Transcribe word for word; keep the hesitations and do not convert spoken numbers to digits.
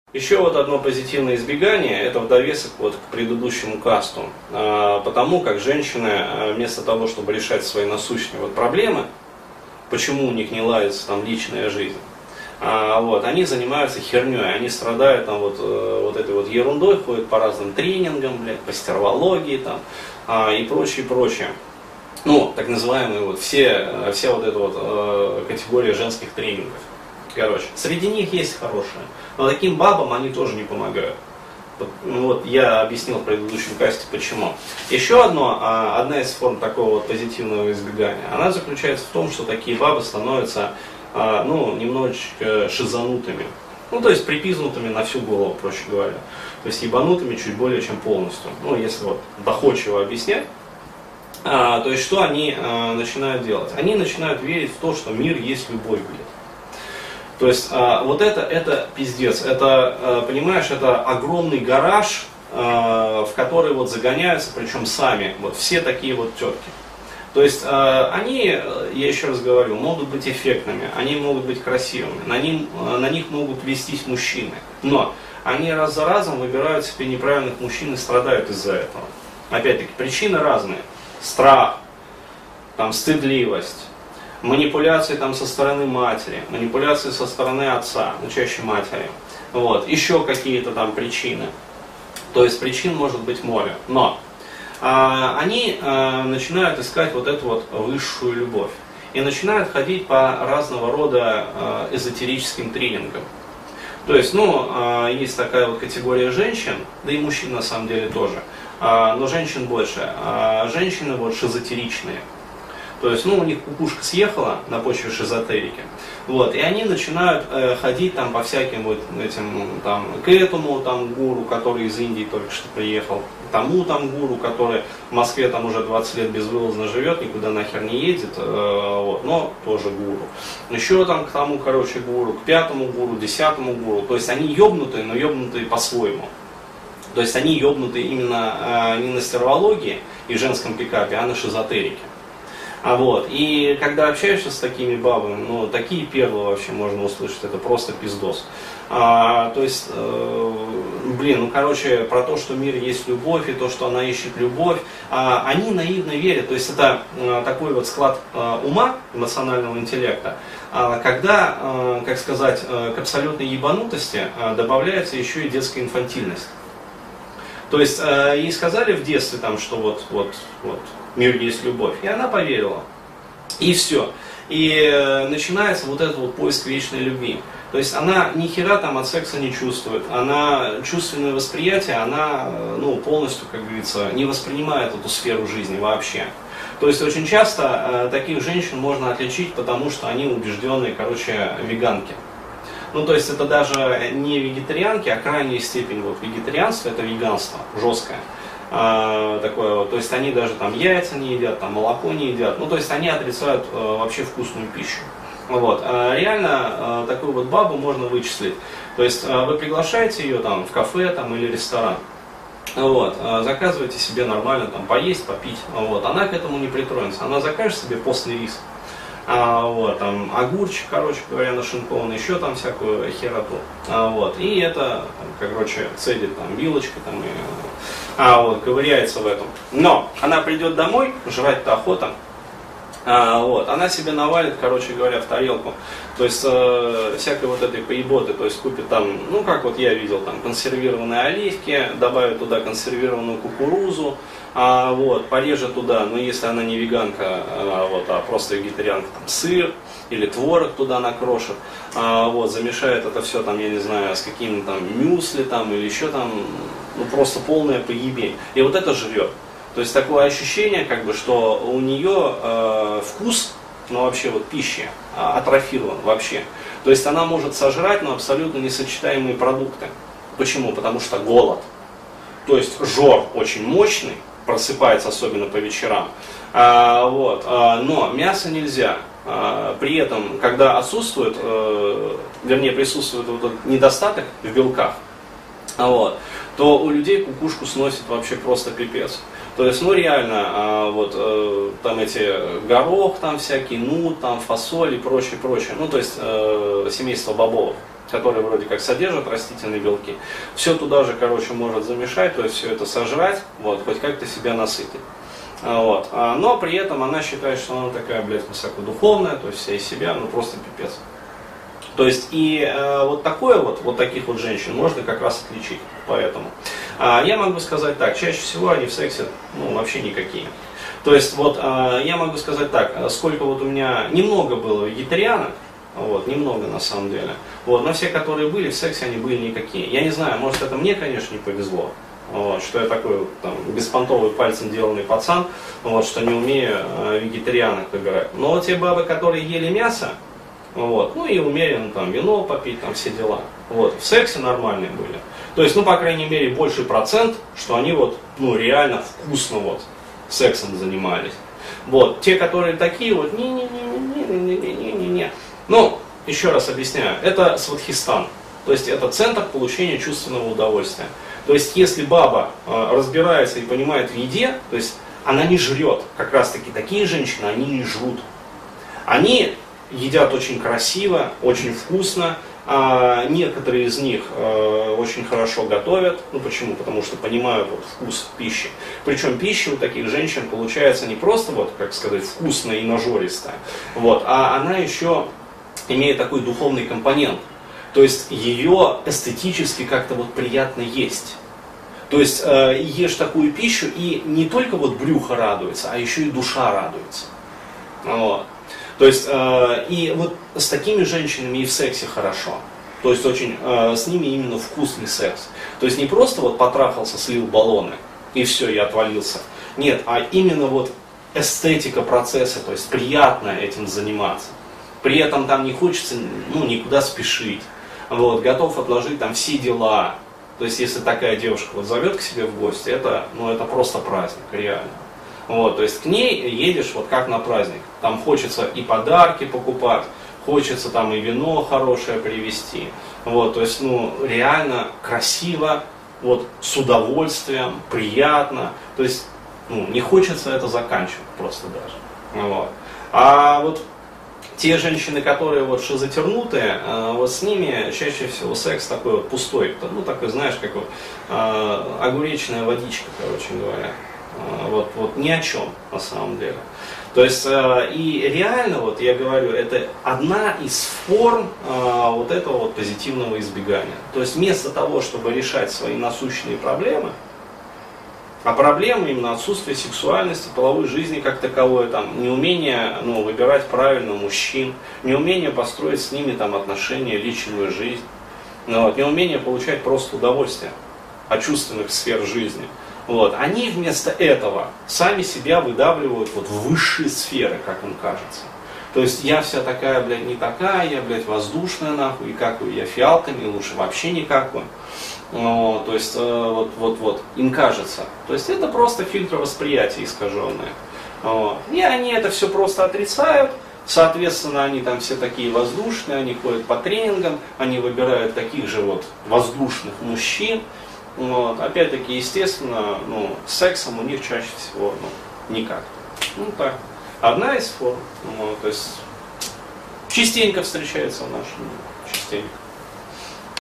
Еще вот одно позитивное избегание, это в довесок вот к предыдущему касту, а, потому как женщины вместо того, чтобы решать свои насущные вот проблемы, почему у них не ладится там личная жизнь, а, вот, они занимаются херней, они страдают там вот, вот этой вот ерундой, ходят по разным тренингам, блядь, по стервологии там а, и прочее, прочее. Ну, так называемые вот все, вся вот эта вот э, категория женских тренингов. Короче, среди них есть хорошие, но таким бабам они тоже не помогают. Вот, ну, вот я объяснил в предыдущем касте почему. Еще одно, а, одна из форм такого вот позитивного избегания, она заключается в том, что такие бабы становятся а, ну, немножечко шизанутыми. Ну, то есть припизнутыми на всю голову, проще говоря. То есть ебанутыми чуть более чем полностью. Ну, если вот доходчиво объяснять. А, то есть что они а, начинают делать? Они начинают верить в то, что мир есть любовь, блядь. То есть а, вот это, это пиздец, это, а, понимаешь, это огромный гараж, а, в который вот загоняются, причем сами, вот все такие вот тетки. То есть а, они, я еще раз говорю, могут быть эффектными, они могут быть красивыми, на, ним, на них могут вестись мужчины, но они раз за разом выбирают себе неправильных мужчин и страдают из-за этого. Опять-таки, причины разные. Страх, там, стыдливость, манипуляции там, со стороны матери, манипуляции со стороны отца, ну чаще матери, вот, еще какие-то там причины. То есть причин может быть море. Но а, они а, начинают искать вот эту вот высшую любовь и начинают ходить по разного рода а, эзотерическим тренингам. То есть, ну, а, есть такая вот категория женщин, да и мужчин на самом деле тоже. Но женщин больше. Женщины вот шизотеричные. То есть, ну, у них кукушка съехала на почве шизотерики. Вот, и они начинают э, ходить там по всяким вот этим, там, к этому там гуру, который из Индии только что приехал, тому там гуру, который в Москве там уже двадцать лет безвылазно живет, никуда нахер не едет, э, вот, но тоже гуру. Еще там к тому, короче, гуру, к пятому гуру, десятому гуру. То есть, они ебнутые, но ебнутые по-своему. То есть они ебнуты именно э, не на стервологии и женском пикапе, а на шизотерике. А вот, и когда общаешься с такими бабами, ну, такие перлы вообще можно услышать, это просто пиздос. А, то есть, э, блин, ну, короче, про то, что мир есть любовь, и то, что она ищет любовь, а, они наивно верят. То есть это э, такой вот склад э, ума, эмоционального интеллекта, э, когда, э, как сказать, э, к абсолютной ебанутости э, добавляется еще и детская инфантильность. То есть э, ей сказали в детстве, там, что вот, вот, вот, мир есть любовь, и она поверила. И все. И э, начинается вот этот вот поиск вечной любви. То есть она ни хера там от секса не чувствует, она чувственное восприятие, она э, ну, полностью, как говорится, не воспринимает эту сферу жизни вообще. То есть очень часто э, таких женщин можно отличить, потому что они убежденные, короче, веганки. Ну, то есть это даже не вегетарианки, а крайняя степень вот вегетарианства, это веганство, жесткое. А, такое вот, то есть они даже там яйца не едят, там молоко не едят, ну, то есть они отрицают а, вообще вкусную пищу. Вот. А реально а, такую вот бабу можно вычислить. То есть а, вы приглашаете ее там в кафе там, или ресторан, вот, а, заказываете себе нормально там поесть, попить, вот, она к этому не притронется, она закажет себе постный рис. А, вот, там, огурчик, короче говоря, нашинкованный, еще там всякую хероту. А, вот, и это, там, короче, цедит там вилочкой, там, и, а, вот, ковыряется в этом. Но она придет домой, жрать-то охота, а, вот, она себе навалит, короче говоря, в тарелку. То есть, э, всякой вот этой поеботы, то есть, купит там, ну, как вот я видел, там, консервированные оливки, добавит туда консервированную кукурузу, а, вот, порежет туда, ну, если она не веганка, а, вот, а просто вегетарианка, там, сыр или творог туда накрошит, а, вот, замешает это все, там, я не знаю, с каким-то там мюсли, там, или еще там, ну, просто полное поебень. И вот это жрет. То есть такое ощущение, как бы, что у нее э, вкус, ну вообще вот пищи, э, атрофирован вообще. То есть она может сожрать, но абсолютно несочетаемые продукты. Почему? Потому что голод. То есть жор очень мощный, просыпается особенно по вечерам. А, вот, а, но мясо нельзя. А, при этом, когда отсутствует, э, вернее присутствует вот этот недостаток в белках, вот, то у людей кукушку сносит вообще просто пипец. То есть, ну реально, а, вот э, там эти горох, там всякий, нут, там фасоль и прочее, прочее. Ну то есть э, семейство бобовых. которые вроде как содержат растительные белки, все туда же, короче, может замешать, то есть все это сожрать, вот, хоть как-то себя насытить. Вот. Но при этом она считает, что она такая, блядь, высокодуховная, то есть вся из себя, ну просто пипец. То есть и э, вот такое вот, вот таких вот женщин можно как раз отличить. Поэтому а, я могу сказать так, чаще всего они в сексе ну, вообще никакие. То есть вот э, я могу сказать так, сколько вот у меня немного было вегетарианок, вот, немного на самом деле, вот, но все, которые были в сексе, они были никакие. Я не знаю, может это мне, конечно, не повезло. Вот, что я такой там, беспонтовый пальцем деланный пацан, вот, что не умею э, вегетарианок выбирать. Но вот те бабы, которые ели мясо, вот, ну и умеренно там вино попить, там все дела, вот, в сексе нормальные были. То есть, ну, по крайней мере, больший процент, что они вот, ну, реально вкусно вот сексом занимались. Вот, те, которые такие вот, не-не-не-не-не-не-не-не-не. Ну, еще раз объясняю, это сватхистан, то есть это центр получения чувственного удовольствия. То есть, если баба э, разбирается и понимает в еде, то есть она не жрет. Как раз таки такие женщины, они не жрут. Они едят очень красиво, очень вкусно. А некоторые из них э, очень хорошо готовят. Ну почему? Потому что понимают вот, вкус пищи. Причем пища у таких женщин получается не просто, вот, как сказать, вкусная и нажористая, вот, а она еще имеет такой духовный компонент. То есть ее эстетически как-то вот приятно есть. То есть э, ешь такую пищу, и не только вот брюхо радуется, а еще и душа радуется. Вот. То есть э, и вот с такими женщинами и в сексе хорошо. То есть очень э, с ними именно вкусный секс. То есть не просто вот потрахался, слил баллоны, и все, я отвалился. Нет, а именно вот эстетика процесса, то есть приятно этим заниматься. При этом там не хочется ну, никуда спешить. Вот, готов отложить там все дела. То есть, если такая девушка вот зовет к себе в гости, это, ну, это просто праздник, реально. Вот, то есть, к ней едешь вот как на праздник. Там хочется и подарки покупать, хочется там и вино хорошее привезти. Вот, то есть, ну, реально красиво, вот, с удовольствием, приятно. То есть, ну, не хочется это заканчивать просто даже. Вот. А вот те женщины, которые вот шизотернутые, вот с ними чаще всего секс такой вот пустой, ну такой, знаешь, как вот э, огуречная водичка, короче говоря, вот, вот ни о чем на самом деле. То есть э, и реально, вот я говорю, это одна из форм э, вот этого вот позитивного избегания. То есть вместо того, чтобы решать свои насущные проблемы, а проблемы именно отсутствие сексуальности, половой жизни как таковой, там, неумение ну, выбирать правильно мужчин, неумение построить с ними там, отношения, личную жизнь, ну, вот, неумение получать просто удовольствие от чувственных сфер жизни. Вот. Они вместо этого сами себя выдавливают вот, в высшие сферы, как им кажется. То есть я вся такая, блядь, не такая, я, блядь, воздушная нахуй, и какую я фиалками, лучше вообще никакую. Ну, то есть, э, вот, вот, вот, им кажется. То есть, это просто фильтр восприятия искаженные. Вот. И они это все просто отрицают. Соответственно, они там все такие воздушные, они ходят по тренингам, они выбирают таких же вот воздушных мужчин. Вот. Опять-таки, естественно, ну, с сексом у них чаще всего ну, никак. Ну так. Одна из форм. Ну, то есть, частенько встречается в нашем, частенько.